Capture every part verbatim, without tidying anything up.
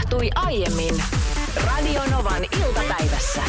tapahtui aiemmin Radionovan iltapäivässä.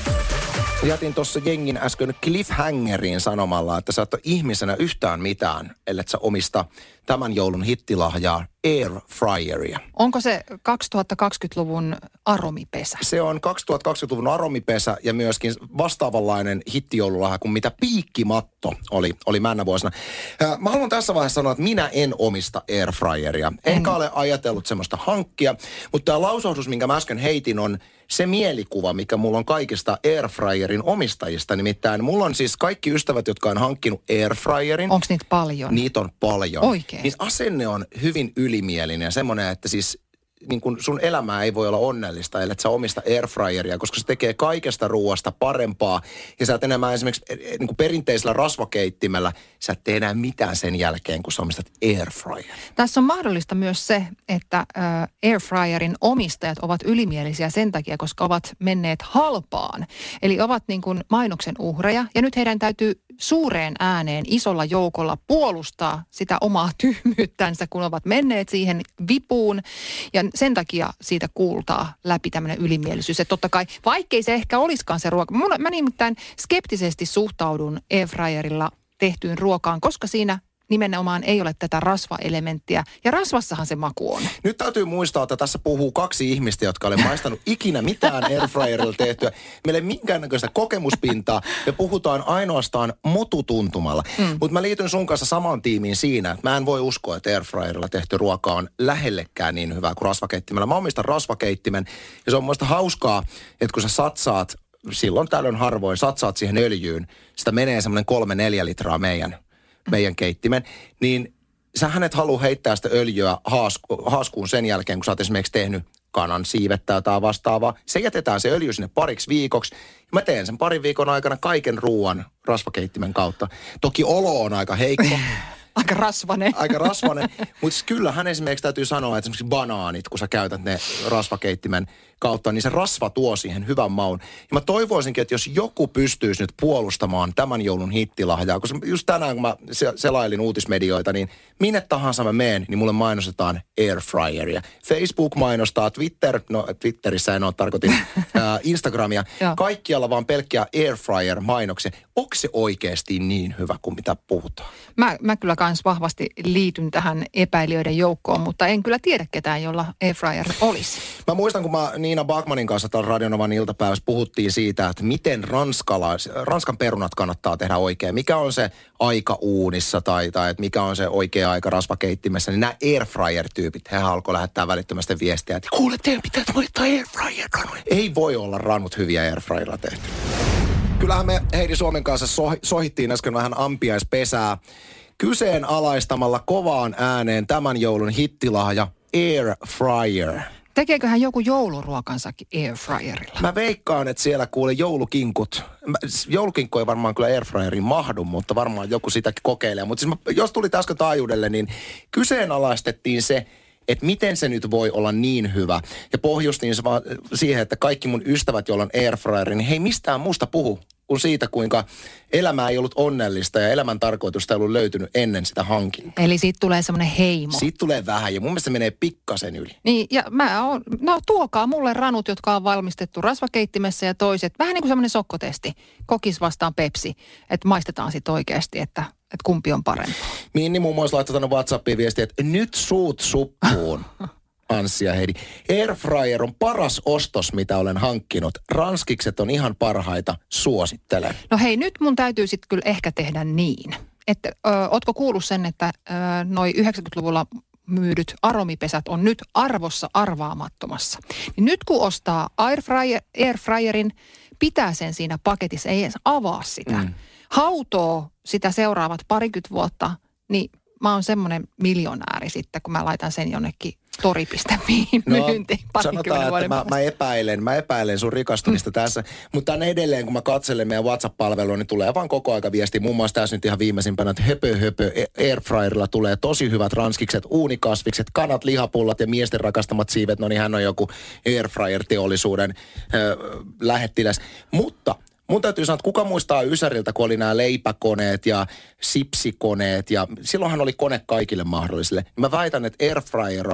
Jätin tuossa jengin äsken cliffhangeriin sanomalla, että sä et ole ihmisenä yhtään mitään, ellet sä omista tämän joulun hittilahjaa airfryeria. Onko se kaksituhattakaksikymmentäluvun aromipesä? Se on kaksituhattakaksikymmentäluvun aromipesä ja myöskin vastaavanlainen hittijoululahja kuin mitä piikkimatto oli, oli männä vuosina. Mä haluan tässä vaiheessa sanoa, että minä en omista airfryeria. Enkä en. ole ajatellut semmoista hankkia, mutta tämä lausahdus, minkä mä äsken heitin, on se mielikuva, mikä mulla on kaikista airfryerin omistajista. Nimittäin mulla on siis kaikki ystävät, jotka on hankkinut airfryerin. Onko niitä paljon? Niitä on paljon. Oikein. Niin asenne on hyvin ylimielinen ja semmoinen, että siis niin kun sun elämää ei voi olla onnellista, ellei sä omista airfryeria, koska se tekee kaikesta ruoasta parempaa. Ja sä et enää esimerkiksi niin kuin perinteisellä rasvakeittimellä, sä et tee enää mitään sen jälkeen, kun sä omistat airfryer. Tässä on mahdollista myös se, että äh, airfryerin omistajat ovat ylimielisiä sen takia, koska ovat menneet halpaan. Eli ovat niin kuin mainoksen uhreja ja nyt heidän täytyy suureen ääneen isolla joukolla puolustaa sitä omaa tyhmyyttänsä, kun ovat menneet siihen vipuun. Ja sen takia siitä kuultaa läpi tämmöinen ylimielisyys. Että totta kai, vaikkei se ehkä olisikaan se ruoka. Mun, mä nimittäin skeptisesti suhtaudun airfryerilla tehtyyn ruokaan, koska siinä nimenomaan ei ole tätä rasvaelementtiä. Ja rasvassahan se maku on. Nyt täytyy muistaa, että tässä puhuu kaksi ihmistä, jotka ole maistanut ikinä mitään airfryerilla tehtyä. Meillä ei minkäännäköistä kokemuspintaa. Me puhutaan ainoastaan motutuntumalla. Mm. Mutta mä liityn sun kanssa samaan tiimiin siinä, että mä en voi uskoa, että airfryerilla tehty ruoka on lähellekään niin hyvää kuin rasvakeittimellä. Mä omistan rasvakeittimen ja se on muista hauskaa, että kun sä satsaat, silloin tällöin harvoin satsaat siihen öljyyn, sitä menee semmoinen kolme neljä litraa meidän meidän keittimen, niin sä hänet haluu heittää sitä öljyä haasku, haaskuun sen jälkeen, kun sä oot esimerkiksi tehnyt kanan siivettä tai vastaavaa. Se jätetään se öljy sinne pariksi viikoksi. Mä teen sen parin viikon aikana kaiken ruoan rasvakeittimen kautta. Toki olo on aika heikko. Aika rasvanen. Aika rasvanen. Mutta kyllähän esimerkiksi täytyy sanoa, että esimerkiksi banaanit, kun sä käytät ne rasvakeittimen kautta, niin se rasva tuo siihen hyvän maun. Ja mä toivoisinkin, että jos joku pystyisi nyt puolustamaan tämän joulun hittilahjaa, koska just tänään, kun mä selailin uutismedioita, niin minne tahansa mä meen, niin mulle mainostetaan airfryeria. Facebook mainostaa, Twitter, no Twitterissä en ole, tarkoitin äh, Instagramia, kaikkialla vaan pelkkiä airfryer-mainoksia. Onko se oikeasti niin hyvä kuin mitä puhutaan? Mä, mä kyllä kans vahvasti liityn tähän epäilijöiden joukkoon, mutta en kyllä tiedä ketään, jolla airfryer olisi. Mä muistan, kun mä Niina Backmanin kanssa täällä Radionovan iltapäivässä puhuttiin siitä, että miten ranskalais, Ranskan perunat kannattaa tehdä oikein. Mikä on se aika uunissa tai, tai että mikä on se oikea aika rasvakeittimessä. Niin nämä airfryer-tyypit, he alkoi lähettää välittömästi viestiä, että kuule, teidän pitää vaihtaa airfryer-ranuja. Ei voi olla ranut hyviä airfryerilla tehty. Kyllähän me Heidi Suomen kanssa so, sohittiin äsken vähän ampiaispesää kyseenalaistamalla kovaan ääneen tämän joulun hittilahja airfryer. Tekeeköhän joku jouluruokansakin airfryerilla? Mä veikkaan, että siellä kuule joulukinkut. Joulukinkku ei varmaan kyllä airfryeriin mahdu, mutta varmaan joku sitäkin kokeilee. Mutta siis mä, jos tuli äsken taajuudelle, niin kyseenalaistettiin se, että miten se nyt voi olla niin hyvä. Ja pohjustin se vaan siihen, että kaikki mun ystävät, joilla on airfryeri, niin he ei mistään muusta puhu kuin siitä, kuinka elämä ei ollut onnellista ja elämän tarkoitusta ei ollut löytynyt ennen sitä hankintaa. Eli siitä tulee semmoinen heimo. Siitä tulee vähän ja mun mielestä se menee pikkasen yli. Niin ja mä oon, no tuokaa mulle ranut, jotka on valmistettu rasvakeittimessä ja toiset. Vähän niin kuin semmoinen sokkotesti. Kokis vastaan Pepsi. Että maistetaan sitten oikeasti, että että kumpi on parempaa. Minni muun muassa laittoi tänne WhatsAppiin viestiä, että nyt suut suppuun. Anssi ja Heidi. Airfryer on paras ostos, mitä olen hankkinut. Ranskikset on ihan parhaita. Suosittelen. No hei, nyt mun täytyy sitten kyllä ehkä tehdä niin. Että ö, ootko kuullut sen, että ö, noi yhdeksänkymmentäluvulla myydyt aromipesät on nyt arvossa arvaamattomassa. Niin nyt kun ostaa airfryer, airfryerin, pitää sen siinä paketissa, ei edes avaa sitä. Mm. Hautoo sitä seuraavat parikymmentä vuotta, niin mä oon semmoinen miljonääri sitten, kun mä laitan sen jonnekin tori piste fiin no, myyntiin sanotaan, että mä, mä, epäilen, mä epäilen sun rikastumista mm. tässä. Mutta tänne edelleen, kun mä katselen meidän WhatsApp-palvelua, niin tulee vaan koko aika viesti. Muun muassa tässä nyt ihan viimeisimpänä, että höpö höpö, airfryerilla tulee tosi hyvät ranskikset, uunikasvikset, kanat, lihapullat ja miesten rakastamat siivet. No niin, hän on joku airfryer-teollisuuden äh, lähettiläs. Mutta mun täytyy sanoa, että kuka muistaa Ysäriltä, kun oli nämä leipäkoneet ja sipsikoneet ja silloinhan oli kone kaikille mahdollisille. Mä väitän, että airfryer on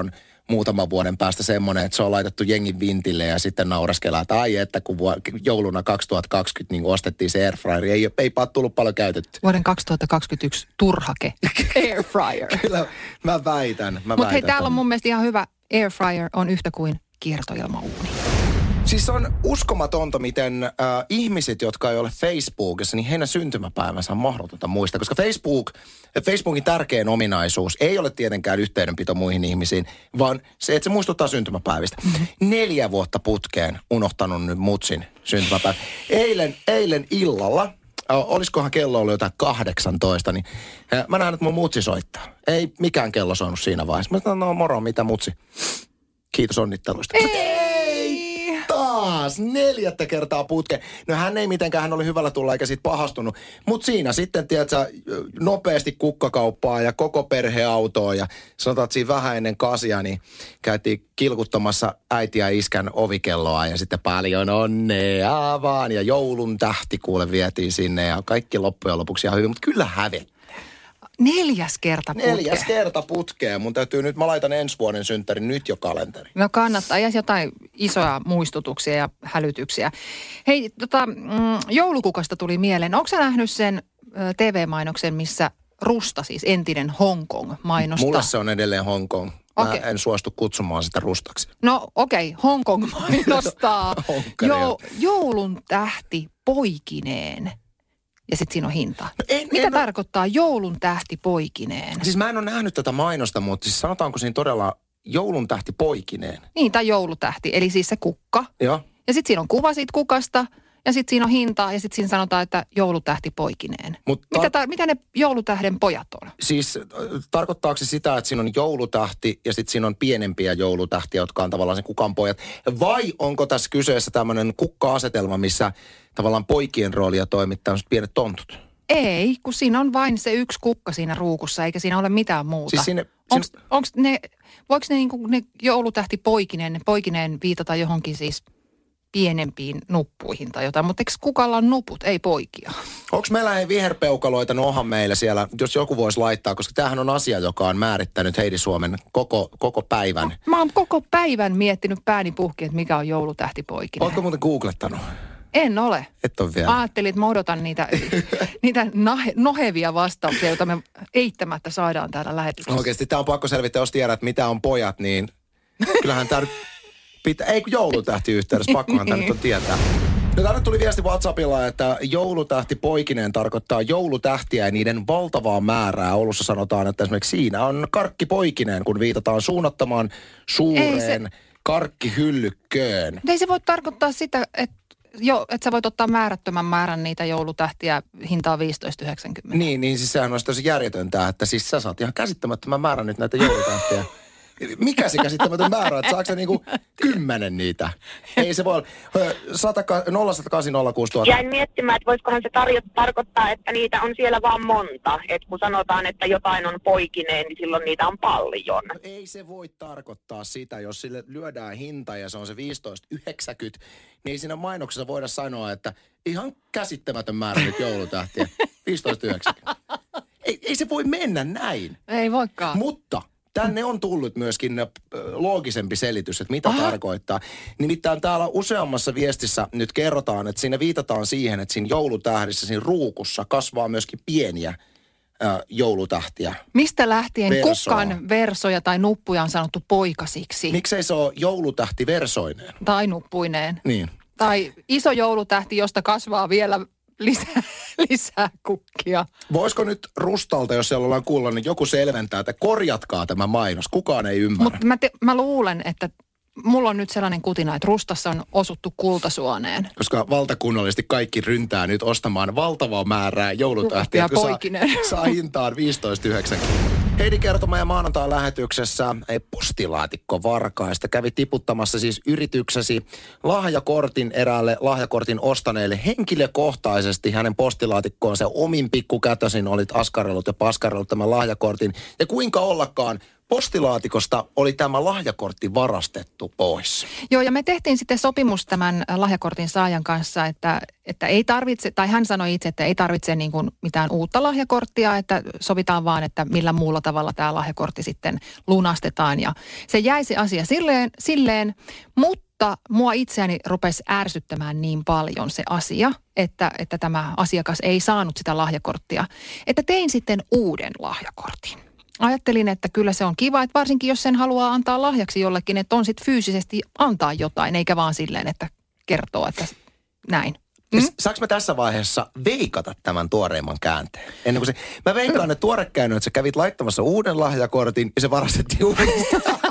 muutaman vuoden päästä semmoinen, että se on laitettu jengin vintille ja sitten nauraskellaan, että ai että kun jouluna kaksituhattakaksikymmentä niin ostettiin se airfryer, ei, ei tullut paljon käytetty. Vuoden kaksituhattakaksikymmentäyksi turhake airfryer. Kyllä, mä väitän. Mutta hei, täällä on mun mielestä ihan hyvä, airfryer on yhtä kuin kiertoilmauuni. Siis on uskomatonta, miten äh, ihmiset, jotka ei ole Facebookissa, niin heidän syntymäpäivänsä on mahdotonta muistaa. Koska Facebook, Facebookin tärkein ominaisuus ei ole tietenkään yhteydenpito muihin ihmisiin, vaan se, että se muistuttaa syntymäpäivistä. Mm-hmm. Neljä vuotta putkeen unohtanut nyt mutsin syntymäpäivä. Eilen, eilen illalla, olisikohan kello ollut jotain kahdeksantoista, niin äh, mä näen, että mun mutsi soittaa. Ei mikään kello soinut siinä vaiheessa. Mä sanoin, no moro, mitä mutsi? Kiitos onnitteluista. Ei! Taas neljättä kertaa putkeen. No hän ei mitenkään, hän oli hyvällä tulla eikä siitä pahastunut. Mutta siinä sitten, tiedätkö, nopeasti kukkakauppaa ja koko perheautoa ja sanotaan, että siinä vähän ennen kasia, niin käytiin kilkuttamassa äiti ja iskän ovikelloa ja sitten paljon onnea vaan ja joulun tähti kuule vietiin sinne ja kaikki loppujen lopuksi ihan hyvin, mutta kyllä hävetti. Neljäs kerta putkeen. Neljäs kerta putkeen. Mun täytyy nyt, mä laitan ensi vuoden synttärin nyt jo kalenteri. No kannattaa. Ja jotain isoja muistutuksia ja hälytyksiä. Hei, tota, mm, joulukukasta tuli mieleen. Onko sä nähnyt sen T V-mainoksen, missä Rusta, siis entinen Hong Kong mainostaa? Mulle se on edelleen Hong Kong. Mä okay. en suostu kutsumaan sitä Rustaksi. No okei, okay. Hong Kong mainostaa jo, joulun tähti poikineen. Ja sitten siinä on hinta. No en, Mitä en, tarkoittaa joulun tähti poikineen? Siis mä en ole nähnyt tätä mainosta, mutta siis sanotaanko siinä todella joulun tähti poikineen? Niin, tai joulutähti, eli siis se kukka. Joo. Ja sitten siinä on kuva siitä kukasta, ja sitten siinä on hinta, ja sitten siinä sanotaan, että joulutähti poikineen. Mutta mitä, tar- mitä ne joulutähden pojat on? Siis tarkoittaako se sitä, että siinä on joulutähti, ja sitten siinä on pienempiä joulutähtiä, jotka on tavallaan sen kukan pojat? Vai onko tässä kyseessä tämmöinen kukka-asetelma, missä tavallaan poikien roolia toimittaa tämmöiset pienet tontut? Ei, kun siinä on vain se yksi kukka siinä ruukussa, eikä siinä ole mitään muuta. Siis siinä, onks, siinä... onks ne, voiko ne, niinku, ne joulutähti poikineen, ne poikineen viitata johonkin siis pienempiin nuppuihin tai jotain, mutta eikö kukalla on nuput, ei poikia? Onko meillä ei viherpeukaloita nohan meillä siellä, jos joku voisi laittaa, koska tämähän on asia, joka on määrittänyt Heidi Suomen koko, koko päivän. No, mä oon koko päivän miettinyt pääni puhki, että mikä on joulutähti poikineen. Ootko muuten googlettanut? En ole. Et ole vielä. Mä ajattelin, että mä odotan niitä, niitä nahe, nohevia vastauksia, joita me eittämättä saadaan täällä lähetyksessä. Oikeasti tämä on pakko selvittää, jos tiedät, mitä on pojat, niin kyllähän tämä nyt pitää, ei kun joulutähti yhteydessä, pakkohan tämä nyt on tietää. No tänne tuli viesti WhatsAppilla, että joulutähti poikineen tarkoittaa joulutähtiä ja niiden valtavaa määrää. Oulussa sanotaan, että esimerkiksi siinä on karkki poikineen, kun viitataan suunnattomaan suureen se... karkkihyllykköön. Ei se voi tarkoittaa sitä, että jo, että sä voit ottaa määrättömän määrän niitä joulutähtiä hintaa viisitoista yhdeksänkymmentä. Niin, niin siis sehän olisi tosi järjetöntä, että siis sä saat ihan käsittämättömän määrän nyt näitä joulutähtiä. Mikä se käsittämätön määrä, että saako se niinku kymmenen niitä? Ei se voi olla. nolla sata kahdeksan nolla kuusi tuhatta. Jäin miettimään, että voisikohan se tarjo- tarkoittaa, että niitä on siellä vaan monta. Että kun sanotaan, että jotain on poikineen, niin silloin niitä on paljon. No ei se voi tarkoittaa sitä, jos sille lyödään hinta ja se on se viisitoista yhdeksänkymmentä, niin ei siinä mainoksessa voida sanoa, että ihan käsittämätön määrä nyt joulutähtiä. viisitoista yhdeksänkymmentä. Ei, ei se voi mennä näin. Ei voikaan. Mutta tänne on tullut myöskin loogisempi selitys, että mitä Aha. tarkoittaa. Nimittäin täällä useammassa viestissä nyt kerrotaan, että siinä viitataan siihen, että siinä joulutähdissä, siinä ruukussa kasvaa myöskin pieniä äh, joulutähtiä. Mistä lähtien Versoa. Kukan versoja tai nuppuja on sanottu poikasiksi? Miksei se ole joulutähti versoineen? Tai nuppuineen. Niin. Tai iso joulutähti, josta kasvaa vielä lisää, lisää kukkia. Voisiko nyt Rustalta, jos siellä ollaan kuulla, niin joku selventää, että korjatkaa tämä mainos. Kukaan ei ymmärrä. Mutta mä, mä luulen, että mulla on nyt sellainen kutina, että Rustassa on osuttu kultasuoneen. Koska valtakunnallisesti kaikki ryntää nyt ostamaan valtavaa määrää joulutähtiä, kun saa, saa hintaan viisitoista yhdeksänkymmentä. Heidi kertoma ja maanantain lähetyksessä ei postilaatikko Varkaista kävi tiputtamassa siis yrityksesi lahjakortin eräälle lahjakortin ostaneelle henkilökohtaisesti hänen postilaatikkoonsa omin pikkukätösin olit askarellut ja paskarellut tämän lahjakortin. Ja kuinka ollakaan postilaatikosta oli tämä lahjakortti varastettu pois. Joo, ja me tehtiin sitten sopimus tämän lahjakortin saajan kanssa, että, että ei tarvitse, tai hän sanoi itse, että ei tarvitse niin kuin mitään uutta lahjakorttia, että sovitaan vaan, että millä muulla tavalla tämä lahjakortti sitten lunastetaan. Ja se jäi se asia silleen, silleen mutta mua itseäni rupesi ärsyttämään niin paljon se asia, että, että tämä asiakas ei saanut sitä lahjakorttia, että tein sitten uuden lahjakortin. Ajattelin, että kyllä se on kiva, että varsinkin jos sen haluaa antaa lahjaksi jollekin, että on sitten fyysisesti antaa jotain, eikä vaan silleen, että kertoo, että näin. Mm? Saanko mä tässä vaiheessa veikata tämän tuoreimman käänteen? Ennen kuin se, mä veikkaan, että tuore käänne, että sä kävit laittamassa uuden lahjakortin ja se varastettiin uudestaan.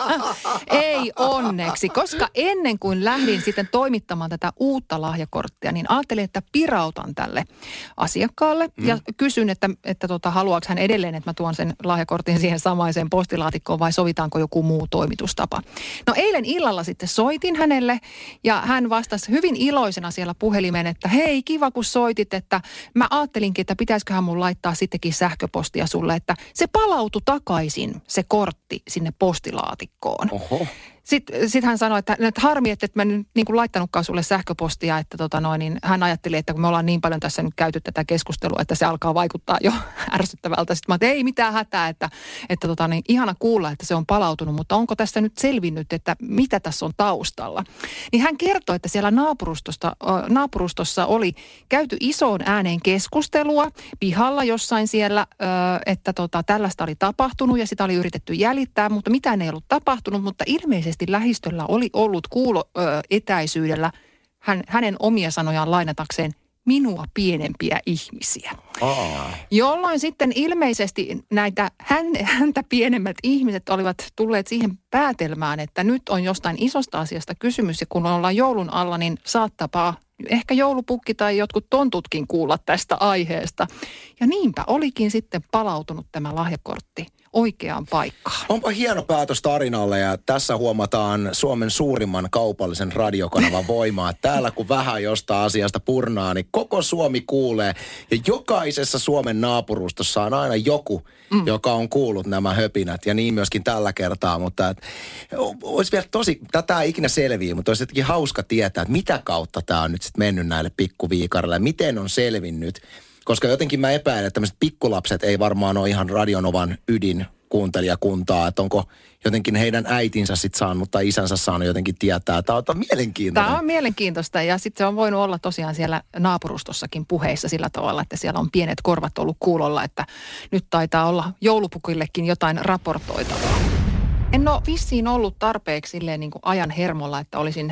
Ei onneksi, koska ennen kuin lähdin sitten toimittamaan tätä uutta lahjakorttia, niin ajattelin, että pirautan tälle asiakkaalle mm. ja kysyn, että, että tota, haluaako hän edelleen, että mä tuon sen lahjakortin siihen samaiseen postilaatikkoon vai sovitaanko joku muu toimitustapa. No eilen illalla sitten soitin hänelle ja hän vastasi hyvin iloisena siellä puhelimeen, että hei, kiva kun soitit, että mä ajattelinkin, että pitäisiköhän mun laittaa sittenkin sähköpostia sulle, että se palautui takaisin se kortti sinne postilaatikkoon. Oho. Sitten sit hän sanoi, että, että harmi, että mä nyt niin kuin laittanutkaan sulle sähköpostia, että tota noin, niin hän ajatteli, että kun me ollaan niin paljon tässä nyt käyty tätä keskustelua, että se alkaa vaikuttaa jo ärsyttävältä. Sitten mä että ei mitään hätää, että, että tota niin, ihana kuulla, että se on palautunut, mutta onko tässä nyt selvinnyt, että mitä tässä on taustalla? Niin hän kertoi, että siellä naapurustosta, naapurustossa oli käyty isoon ääneen keskustelua pihalla jossain siellä, että tota, tällaista oli tapahtunut ja sitä oli yritetty jäljittää, mutta mitään ei ollut tapahtunut, mutta ilmeisesti lähistöllä oli ollut kuulo ö, etäisyydellä hän, hänen omia sanojaan lainatakseen minua pienempiä ihmisiä. Aa. Jolloin sitten ilmeisesti näitä hän, häntä pienemmät ihmiset olivat tulleet siihen päätelmään, että nyt on jostain isosta asiasta kysymys ja kun ollaan joulun alla, niin saattaa ehkä joulupukki tai jotkut tontutkin kuulla tästä aiheesta. Ja niinpä olikin sitten palautunut tämä lahjakortti oikeaan paikkaan. Onpa hieno päätös tarinalle ja tässä huomataan Suomen suurimman kaupallisen radiokanavan voimaa. Täällä kun vähän jostain asiasta purnaa, niin koko Suomi kuulee. Ja jokaisessa Suomen naapurustossa on aina joku, mm. joka on kuullut nämä höpinät. Ja niin myöskin tällä kertaa. Mutta et, olisi vielä tosi, tätä ei ikinä selviä, mutta olisi jotenkin hauska tietää, että mitä kautta tämä on nyt sitten mennyt näille pikkuviikarille. Ja miten on selvinnyt. Koska jotenkin mä epäilen, että tämmöiset pikkulapset ei varmaan ole ihan Radionovan ydin kuuntelijakuntaa, että onko jotenkin heidän äitinsä sitten saanut tai isänsä saanut jotenkin tietää. Tämä on mielenkiintoista. Tämä on mielenkiintoista ja sitten se on voinut olla tosiaan siellä naapurustossakin puheissa sillä tavalla, että siellä on pienet korvat ollut kuulolla, että nyt taitaa olla joulupukillekin jotain raportoitavaa. En ole vissiin ollut tarpeeksi silleen niin kuin ajan hermolla, että olisin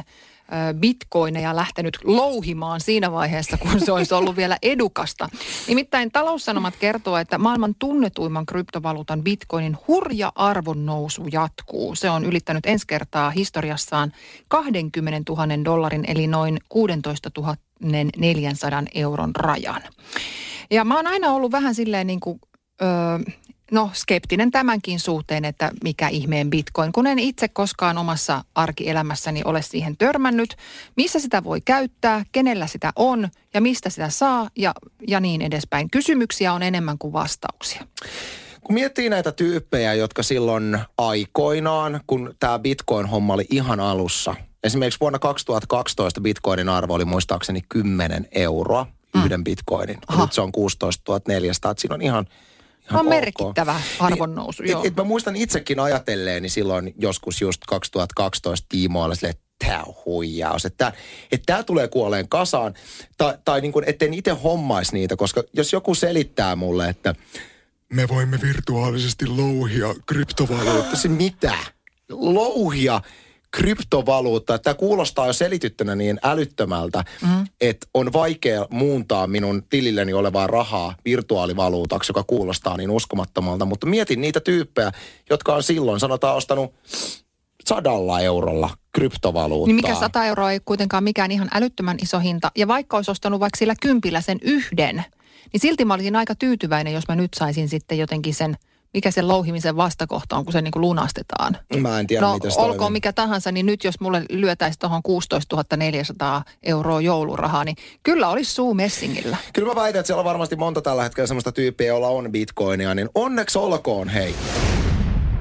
bitcoineja lähtenyt louhimaan siinä vaiheessa, kun se olisi ollut vielä edukasta. Nimittäin Taloussanomat kertoo, että maailman tunnetuimman kryptovaluutan bitcoinin hurja arvonnousu jatkuu. Se on ylittänyt ensi kertaa historiassaan kaksikymmentätuhatta dollarin eli noin kuusitoistatuhatta neljäsataa euron rajan. Ja mä oon aina ollut vähän silleen niin kuin Öö, no skeptinen tämänkin suhteen, että mikä ihmeen bitcoin, kun en itse koskaan omassa arkielämässäni ole siihen törmännyt. Missä sitä voi käyttää, kenellä sitä on ja mistä sitä saa ja, ja niin edespäin. Kysymyksiä on enemmän kuin vastauksia. Kun miettii näitä tyyppejä, jotka silloin aikoinaan, kun tämä bitcoin-homma oli ihan alussa. Esimerkiksi vuonna kaksituhattakaksitoista bitcoinin arvo oli muistaakseni kymmenen euroa yhden mm. bitcoinin. Nyt se on kuusitoistatuhatta neljäsataa, että siinä on ihan... On ok. Merkittävä arvonnousu, niin, joo. Et, et mä muistan itsekin ajatelleeni silloin joskus just kaksituhattakaksitoista tiimoilla silleen, että tämä on huijaus, että et tämä tulee kuolleen kasaan. Tai, tai niin kuin, etten itse hommaisi niitä, koska jos joku selittää mulle, että me voimme virtuaalisesti louhia kryptovaluutta. Se mitä? Louhia kryptovaluutta. Tämä kuulostaa jo selityttynä niin älyttömältä, mm-hmm. että on vaikea muuntaa minun tililleni olevaa rahaa virtuaalivaluutaksi, joka kuulostaa niin uskomattomalta. Mutta mietin niitä tyyppejä, jotka on silloin, sanotaan, ostanut sadalla eurolla kryptovaluuttaa. Niin mikä sata euroa ei kuitenkaan mikään ihan älyttömän iso hinta. Ja vaikka olisi ostanut vaikka sillä kympillä sen yhden, niin silti mä olisin aika tyytyväinen, jos mä nyt saisin sitten jotenkin sen, mikä sen louhimisen vastakohta on, kun se niin kuin lunastetaan. Mä en tiedä, no, miten se olkoon toimii. mikä tahansa, niin nyt jos mulle lyötäisi tuohon kuusitoistatuhatta neljäsataa euroa joulurahaa, niin kyllä olisi suu messingillä. Kyllä mä väitän, että siellä on varmasti monta tällä hetkellä semmoista tyyppiä, jolla on bitcoinia, niin onneksi olkoon, hei.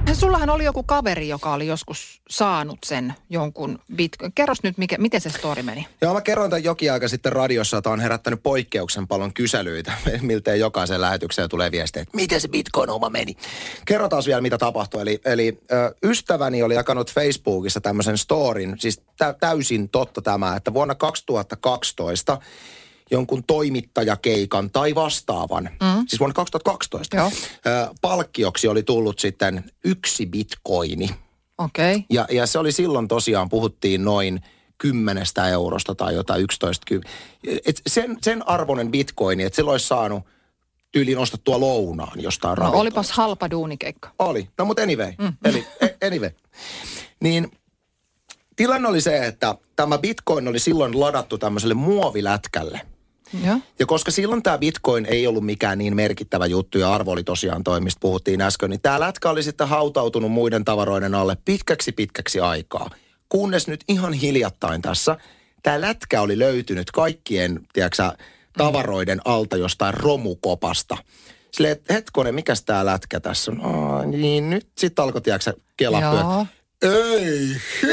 Sullahan oli joku kaveri, joka oli joskus saanut sen jonkun bitcoin. Kerros nyt, mikä, miten se story meni? Joo, mä kerroin tämän jokin aika sitten radiossa, että on herättänyt poikkeuksen paljon kyselyitä. Miltei jokaisen lähetykseen tulee viestejä, että miten se bitcoin-oma meni. Kerrotaan vielä, mitä tapahtui. Eli, eli ö, ystäväni oli jakanut Facebookissa tämmöisen storin, siis tä, täysin totta tämä, että vuonna kaksituhattakaksitoista jonkun toimittajakeikan tai vastaavan, mm. siis vuonna kaksituhattakaksitoista, Joo. Ö, palkkioksi oli tullut sitten yksi bitcoini. Okei. Okay. Ja, ja se oli silloin tosiaan, puhuttiin noin kymmenestä eurosta tai jotain yksitoista. Et sen, sen arvoinen bitcoini, että sillä olisi saanut tyyliin ostettua lounaan jostain no, ravintolasta. Olipas halpa duunikeikka. Oli. No mutta anyway. Mm. Eli anyway. Niin tilanne oli se, että tämä bitcoin oli silloin ladattu tämmöiselle muovilätkälle. Ja. ja koska silloin tämä bitcoin ei ollut mikään niin merkittävä juttu ja arvo oli tosiaan toi, mistä puhuttiin äsken, niin tämä lätkä oli sitten hautautunut muiden tavaroiden alle pitkäksi pitkäksi aikaa. Kunnes nyt ihan hiljattain tässä tämä lätkä oli löytynyt kaikkien, tiedätkö, tavaroiden alta jostain romukopasta. Silleen, että hetkonen, mikäs tämä lätkä tässä on? No, niin nyt sitten alkoi, tiedätkö, kelapyörä. Ei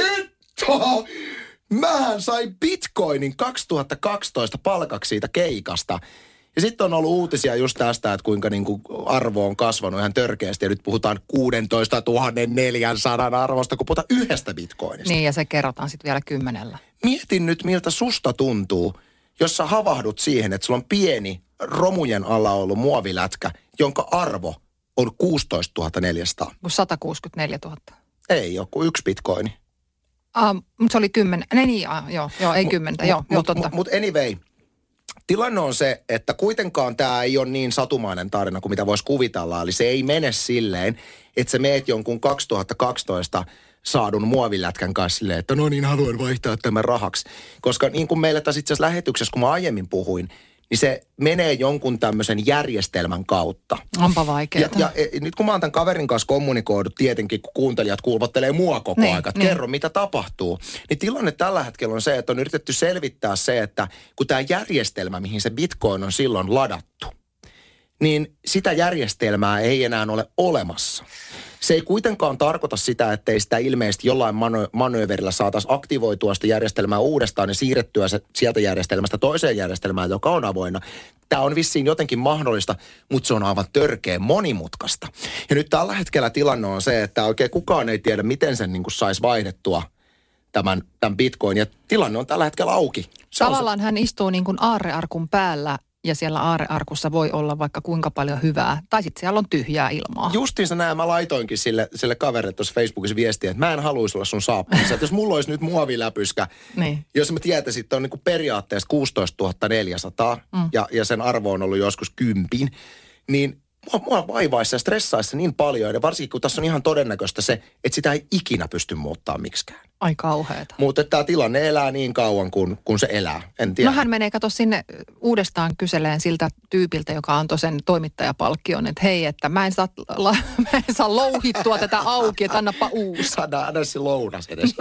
hitto! Mähän sain bitcoinin kaksituhattakaksitoista palkaksi siitä keikasta. Ja sitten on ollut uutisia just tästä, että kuinka niinku arvo on kasvanut ihan törkeästi. Ja nyt puhutaan kuusitoistatuhatta neljäsataa arvosta, kun puhutaan yhdestä bitcoinista. Niin, ja se kerrotaan sitten vielä kymmenellä. Mietin nyt, miltä susta tuntuu, jos sä havahdut siihen, että sulla on pieni romujen alla ollut muovilätkä, jonka arvo on kuusitoistatuhatta neljäsataa. sata kuusikymmentäneljätuhatta. Ei ole kuin yksi bitcoini. Ah, mutta se oli kymmenen. Ne niin, ah, joo, joo, ei kymmentä, joo, joo, totta. Mutta mut anyway, tilanne on se, että kuitenkaan tämä ei ole niin satumainen tarina kuin mitä voisi kuvitella. Eli se ei mene silleen, että sä meet jonkun kaksituhattakaksitoista saadun muovilätkän kanssa silleen, että no niin, haluan vaihtaa tämän rahaksi. Koska niin kuin meille tässä itse asiassa lähetyksessä, kun mä aiemmin puhuin, niin se menee jonkun tämmöisen järjestelmän kautta. Onpa vaikeaa. Ja, ja, ja nyt kun mä oon tämän kaverin kanssa kommunikoidut, tietenkin kun kuuntelijat kuulvattelee mua koko niin, aika, että niin. kerro mitä tapahtuu. Niin tilanne tällä hetkellä on se, että on yritetty selvittää se, että kun tämä järjestelmä, mihin se bitcoin on silloin ladattu, niin sitä järjestelmää ei enää ole olemassa. Se ei kuitenkaan tarkoita sitä, ettei sitä ilmeisesti jollain mano- manööverillä saataisiin aktivoitua sitä järjestelmää uudestaan ja siirrettyä se sieltä järjestelmästä toiseen järjestelmään, joka on avoinna. Tämä on vissiin jotenkin mahdollista, mutta se on aivan törkeän monimutkaista. Ja nyt tällä hetkellä tilanne on se, että oikein kukaan ei tiedä, miten sen niin kuin saisi vaihdettua tämän, tämän bitcoin. Ja tilanne on tällä hetkellä auki. Se Tavallaan se... hän istuu niin kuin aarrearkun päällä. Ja siellä aarrearkussa voi olla vaikka kuinka paljon hyvää. Tai sitten siellä on tyhjää ilmaa. Justiinsa näin, mä laitoinkin sille, sille kaverille tuossa Facebookissa viestiä, että mä en haluaisi olla sun saappanissa. Että jos mulla olisi nyt muoviläpyskä, niin. jos mä tietäisin, että on niin kuin periaatteessa kuusitoistatuhatta neljäsataa mm. ja, ja sen arvo on ollut joskus kympin, niin mua, mua vaivaisi ja stressaisi niin paljon. Ja varsinkin kun tässä on ihan todennäköistä se, että sitä ei ikinä pysty muuttaa miksikään. Ai kauheeta. Mutta tämä tilanne elää niin kauan, kun, kun se elää. En tiedä. No hän menee, kato sinne uudestaan kyseleen siltä tyypiltä, joka antoi sen toimittajapalkkion, että hei, että mä en saa, la, mä en saa louhittua tätä auki, että annapa uusi. Anna, anna se lounas edes.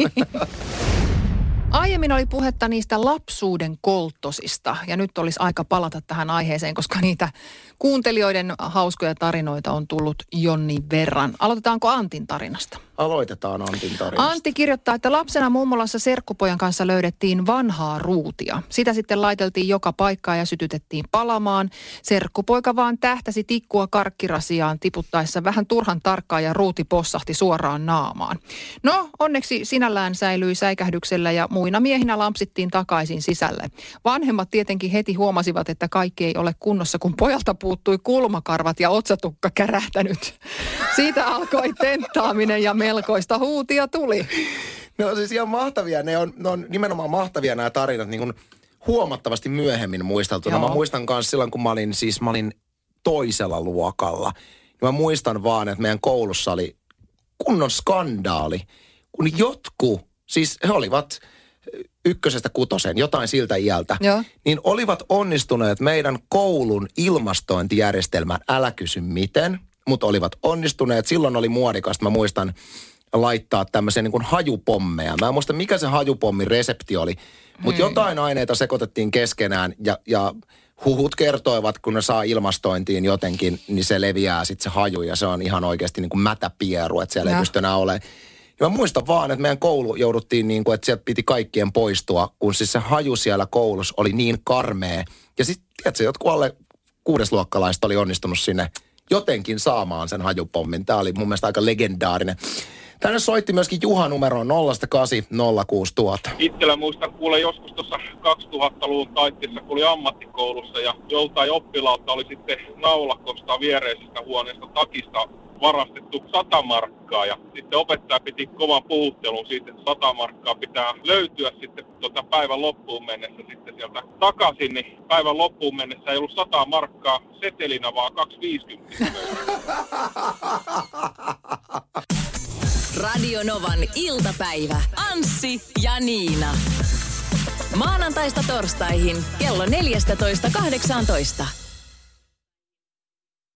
Aiemmin oli puhetta niistä lapsuuden kolttosista ja nyt olisi aika palata tähän aiheeseen, koska niitä kuuntelijoiden hauskoja tarinoita on tullut jonnin verran. Aloitetaanko Antin tarinasta? Aloitetaan Antin tarinasta. Antti kirjoittaa, että lapsena mummolassa serkkupojan kanssa löydettiin vanhaa ruutia. Sitä sitten laiteltiin joka paikkaan ja sytytettiin palamaan. Serkkupoika vaan tähtäsi tikkua karkkirasiaan tiputtaessa vähän turhan tarkkaan ja ruuti possahti suoraan naamaan. No, onneksi sinällään säilyi säikähdyksellä ja muina miehinä lampsittiin takaisin sisälle. Vanhemmat tietenkin heti huomasivat, että kaikki ei ole kunnossa, kun pojalta puuttui kulmakarvat ja otsatukka kärähtänyt. Siitä alkoi tenttaaminen ja melkoista huutia tuli. Ne on siis ihan mahtavia. Ne on, ne on nimenomaan mahtavia nämä tarinat niin kuin huomattavasti myöhemmin muisteltuna. Joo. Mä muistan myös silloin, kun mä olin, siis mä olin toisella luokalla. Mä muistan vaan, että meidän koulussa oli kunnon skandaali, kun jotkut, siis he olivat ykkösestä kutoseen, jotain siltä iältä, Joo. niin olivat onnistuneet meidän koulun ilmastointijärjestelmään, älä kysy miten, mutta olivat onnistuneet. Silloin oli muodikasta, mä muistan laittaa tämmöisiä niin kuin hajupommeja. Mä en muista, mikä se hajupommin resepti oli, mutta hmm. jotain aineita sekoitettiin keskenään ja, ja huhut kertoivat, kun ne saa ilmastointiin jotenkin, niin se leviää sitten se haju ja se on ihan oikeasti niin kuin mätäpieru, että siellä ja. ei pysty enää olemaan. Ja mä muistan vaan, että meidän koulu jouduttiin niin kuin, että sieltä piti kaikkien poistua, kun siis se haju siellä koulussa oli niin karmea. Ja sitten, tiedätkö, jotkut alle kuudesluokkalaiset oli onnistunut sinne jotenkin saamaan sen hajupommin. Tämä oli mun mielestä aika legendaarinen. Tänne soitti myöskin Juha numeroon nolla kahdeksan nolla kuusi nolla nolla nolla. Itsellä muistan kuule joskus tuossa kaksituhattaluvun taitteessa, kun oli ammattikoulussa ja joltain oppilaalta oli sitten naulakosta viereisestä huoneesta takista varastettu sata markkaa ja sitten opettaja piti kovan puhuttelun siitä, että sata markkaa pitää löytyä sitten tuota päivän loppuun mennessä sitten sieltä takaisin, niin päivän loppuun mennessä ei ollut sata markkaa setelinä, vaan kaksi viisikymmentä. Radio Novan iltapäivä. Anssi ja Niina. Maanantaista torstaihin kello neljätoista kahdeksantoista.